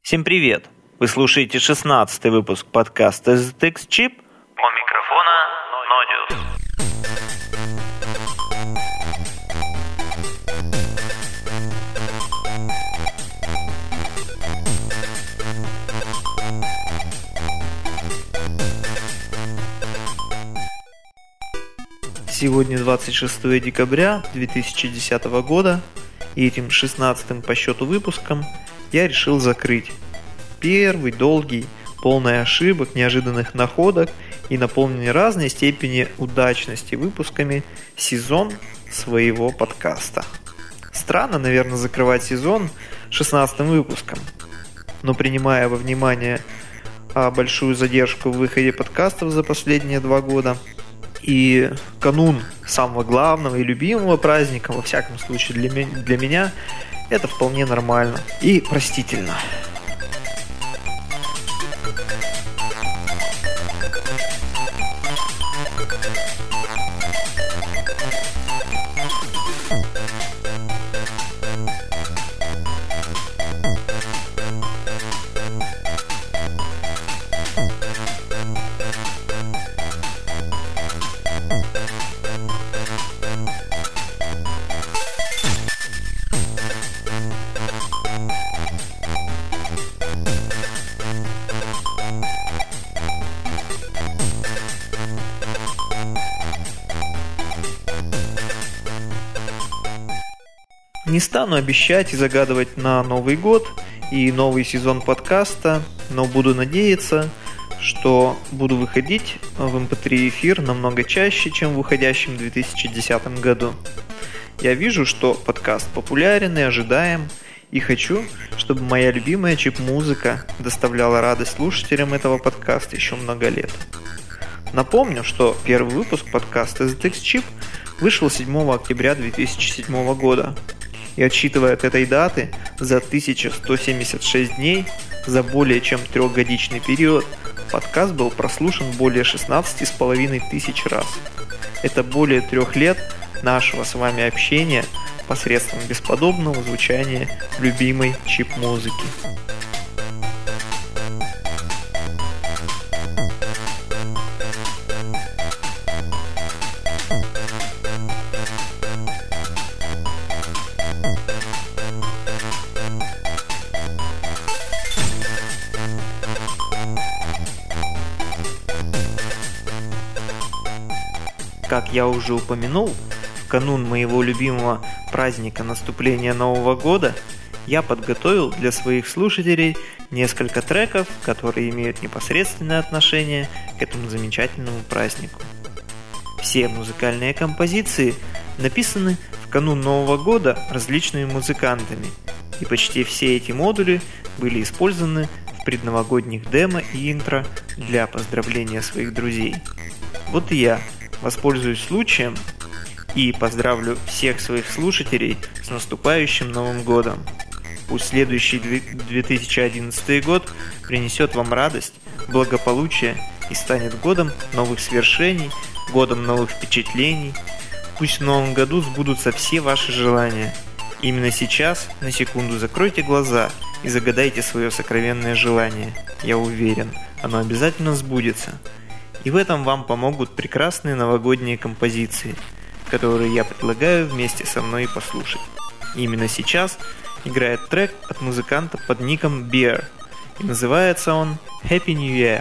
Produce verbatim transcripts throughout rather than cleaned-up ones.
Всем привет! Вы слушаете шестнадцатый выпуск подкаста зет икс Chip. У микрофона Нодиус. Сегодня двадцать шестое декабря две тысячи десятого года, и этим шестнадцатым по счету выпуском я решил закрыть первый, долгий, полный ошибок, неожиданных находок и наполненный разной степени удачности выпусками сезон своего подкаста. Странно, наверное, закрывать сезон шестнадцатым выпуском, но принимая во внимание большую задержку в выходе подкастов за последние два года и канун самого главного и любимого праздника, во всяком случае для, ми- для меня, это вполне нормально и простительно. Не стану обещать и загадывать на Новый год и новый сезон подкаста, но буду надеяться, что буду выходить в эм пэ три эфир намного чаще, чем в уходящем две тысячи десятом году. Я вижу, что подкаст популярен и ожидаем, и хочу, чтобы моя любимая чип-музыка доставляла радость слушателям этого подкаста еще много лет. Напомню, что первый выпуск подкаста зет икс Chip вышел седьмого октября две тысячи седьмого года. И отсчитывая от этой даты за тысяча сто семьдесят шесть дней, за более чем трехгодичный период, подкаст был прослушан более шестнадцать с половиной тысяч раз. Это более трех лет нашего с вами общения посредством бесподобного звучания любимой чип-музыки. Как я уже упомянул, в канун моего любимого праздника наступления Нового года я подготовил для своих слушателей несколько треков, которые имеют непосредственное отношение к этому замечательному празднику. Все музыкальные композиции написаны в канун Нового года различными музыкантами, и почти все эти модули были использованы в предновогодних демо и интро для поздравления своих друзей. Вот и я воспользуюсь случаем и поздравлю всех своих слушателей с наступающим Новым годом. Пусть следующий две тысячи одиннадцатый год принесет вам радость, благополучие и станет годом новых свершений, годом новых впечатлений. Пусть в Новом году сбудутся все ваши желания. Именно сейчас, на секунду, закройте глаза и загадайте свое сокровенное желание. Я уверен, оно обязательно сбудется. И в этом вам помогут прекрасные новогодние композиции, которые я предлагаю вместе со мной послушать. И именно сейчас играет трек от музыканта под ником Bear, и называется он Happy New Year.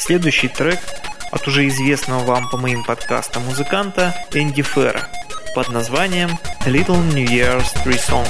Следующий трек от уже известного вам по моим подкастам музыканта Энди Ферра под названием Little New Year's Tree Song.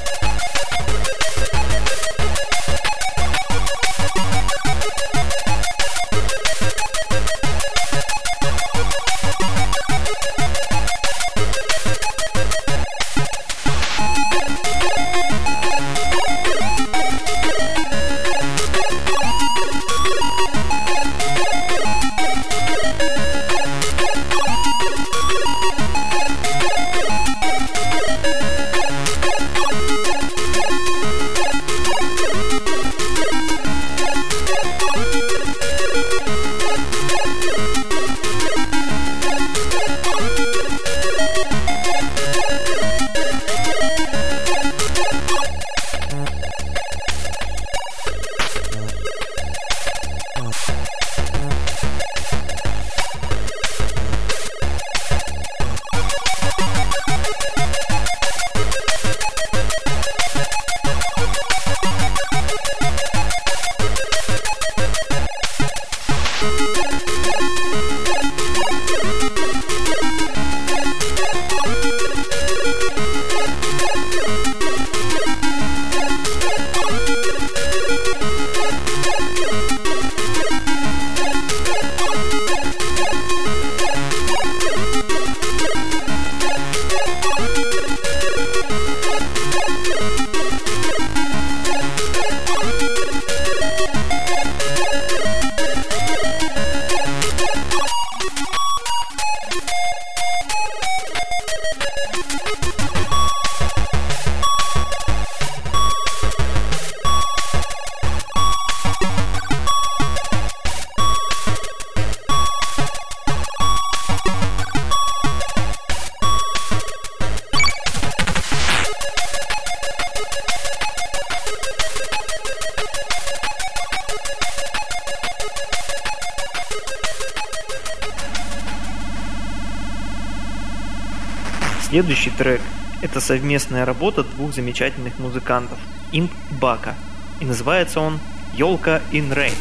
Следующий трек – это совместная работа двух замечательных музыкантов – Имп и Бака, и называется он «Ёлка in Rain».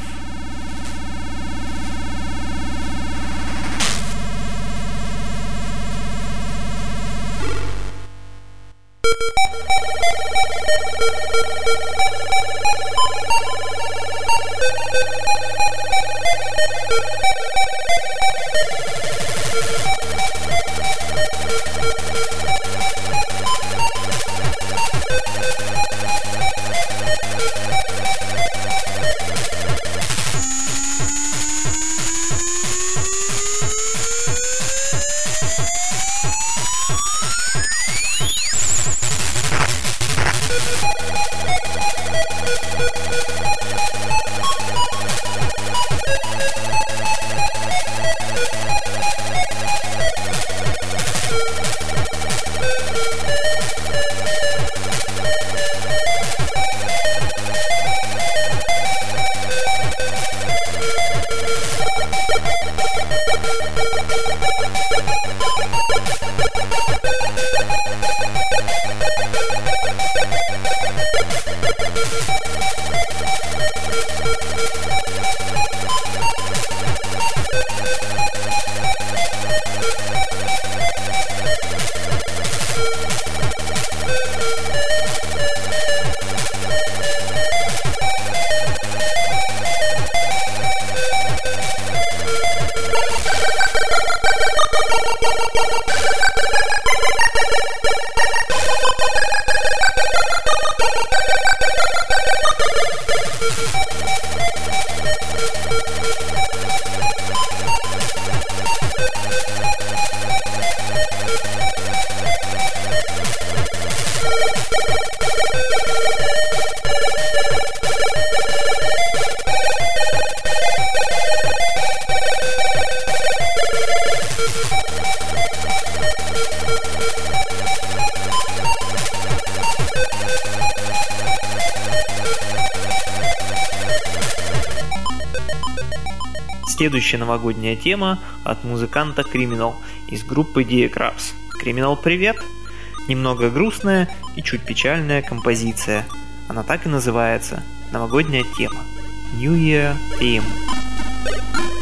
Следующая новогодняя тема от музыканта Criminal из группы Diakrabs. Criminal, привет! Немного грустная и чуть печальная композиция. Она так и называется. Новогодняя тема. New Year Theme.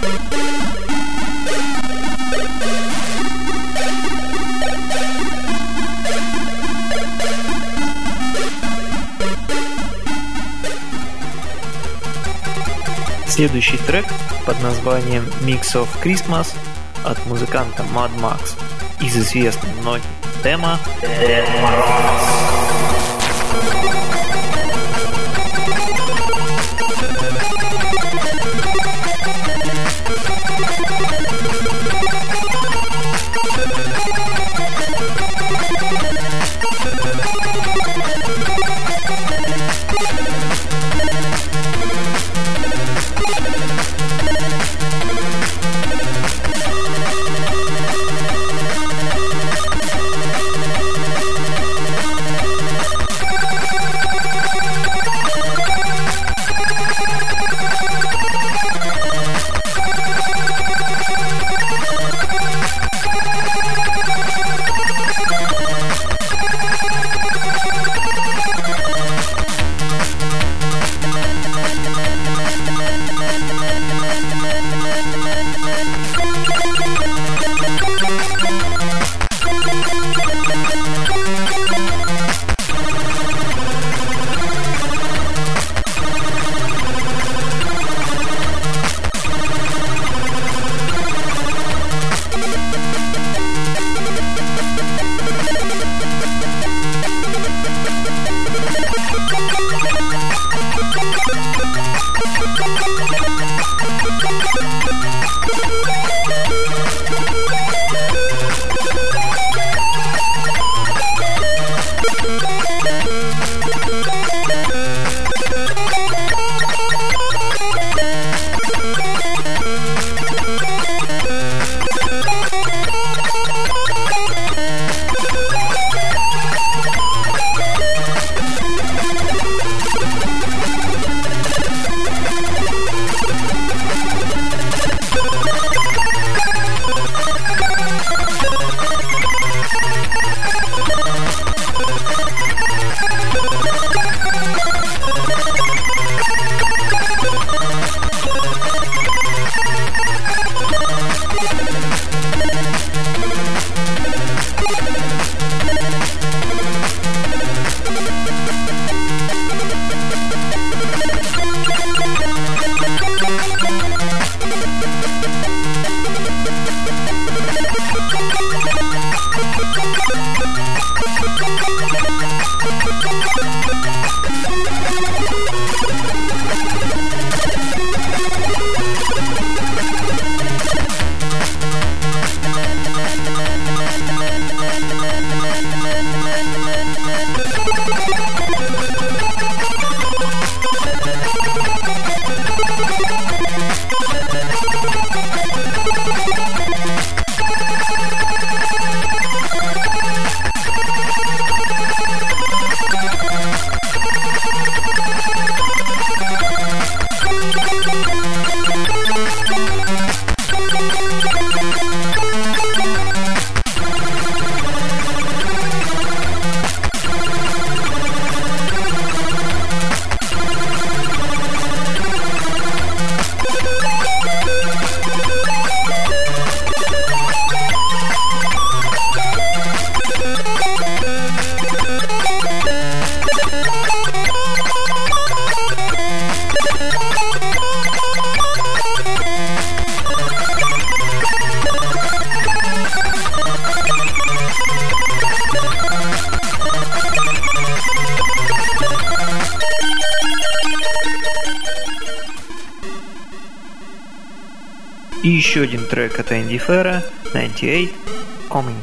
Следующий трек под названием Mix of Christmas от музыканта Mad Max из известной многим демо Dead Mars. И еще один трек от Энди Ферра, девяносто восемь, Coming.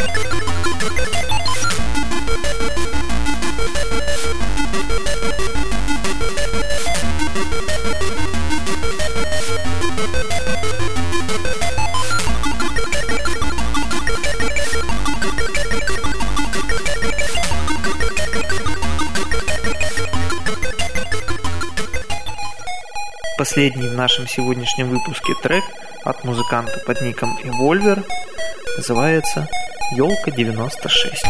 Последний в нашем сегодняшнем выпуске трек от музыканта под ником Evolver называется «Ёлка девяносто шесть».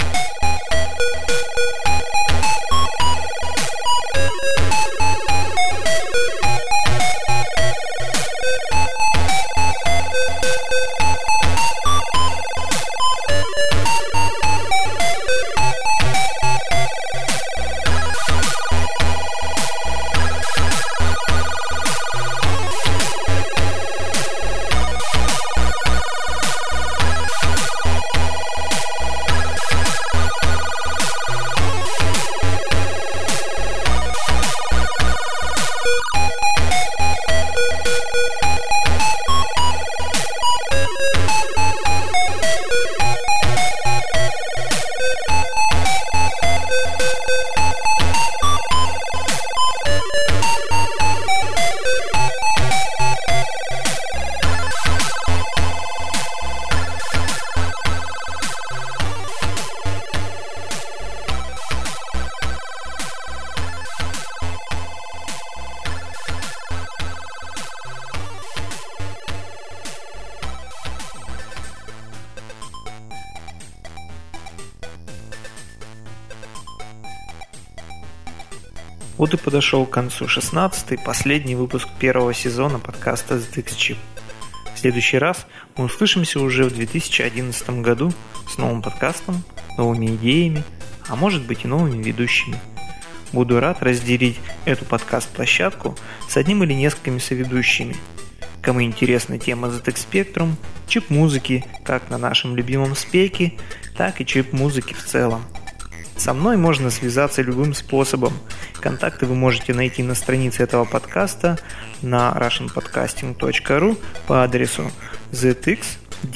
Вот и подошел к концу шестнадцатый, последний выпуск первого сезона подкаста зет икс Chip. В следующий раз мы услышимся уже в две тысячи одиннадцатом году с новым подкастом, новыми идеями, а может быть и новыми ведущими. Буду рад разделить эту подкаст-площадку с одним или несколькими соведущими. Кому интересна тема зет икс Spectrum, чип-музыки как на нашем любимом спеке, так и чип-музыки в целом. Со мной можно связаться любым способом. Контакты вы можете найти на странице этого подкаста на russian podcasting точка ру по адресу зет икс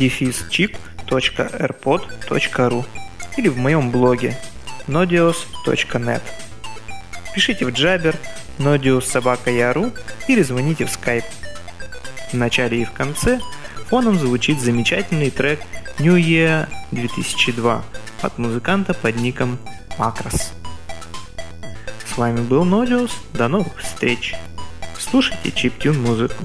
chip точка эр под точка ру или в моем блоге nodios точка нет. Пишите в Jabber, nodios собака точка ру или звоните в Skype. В начале и в конце фоном звучит замечательный трек New Year две тысячи два от музыканта под ником Макрос. С вами был Nodios, до новых встреч. Слушайте чиптюн музыку.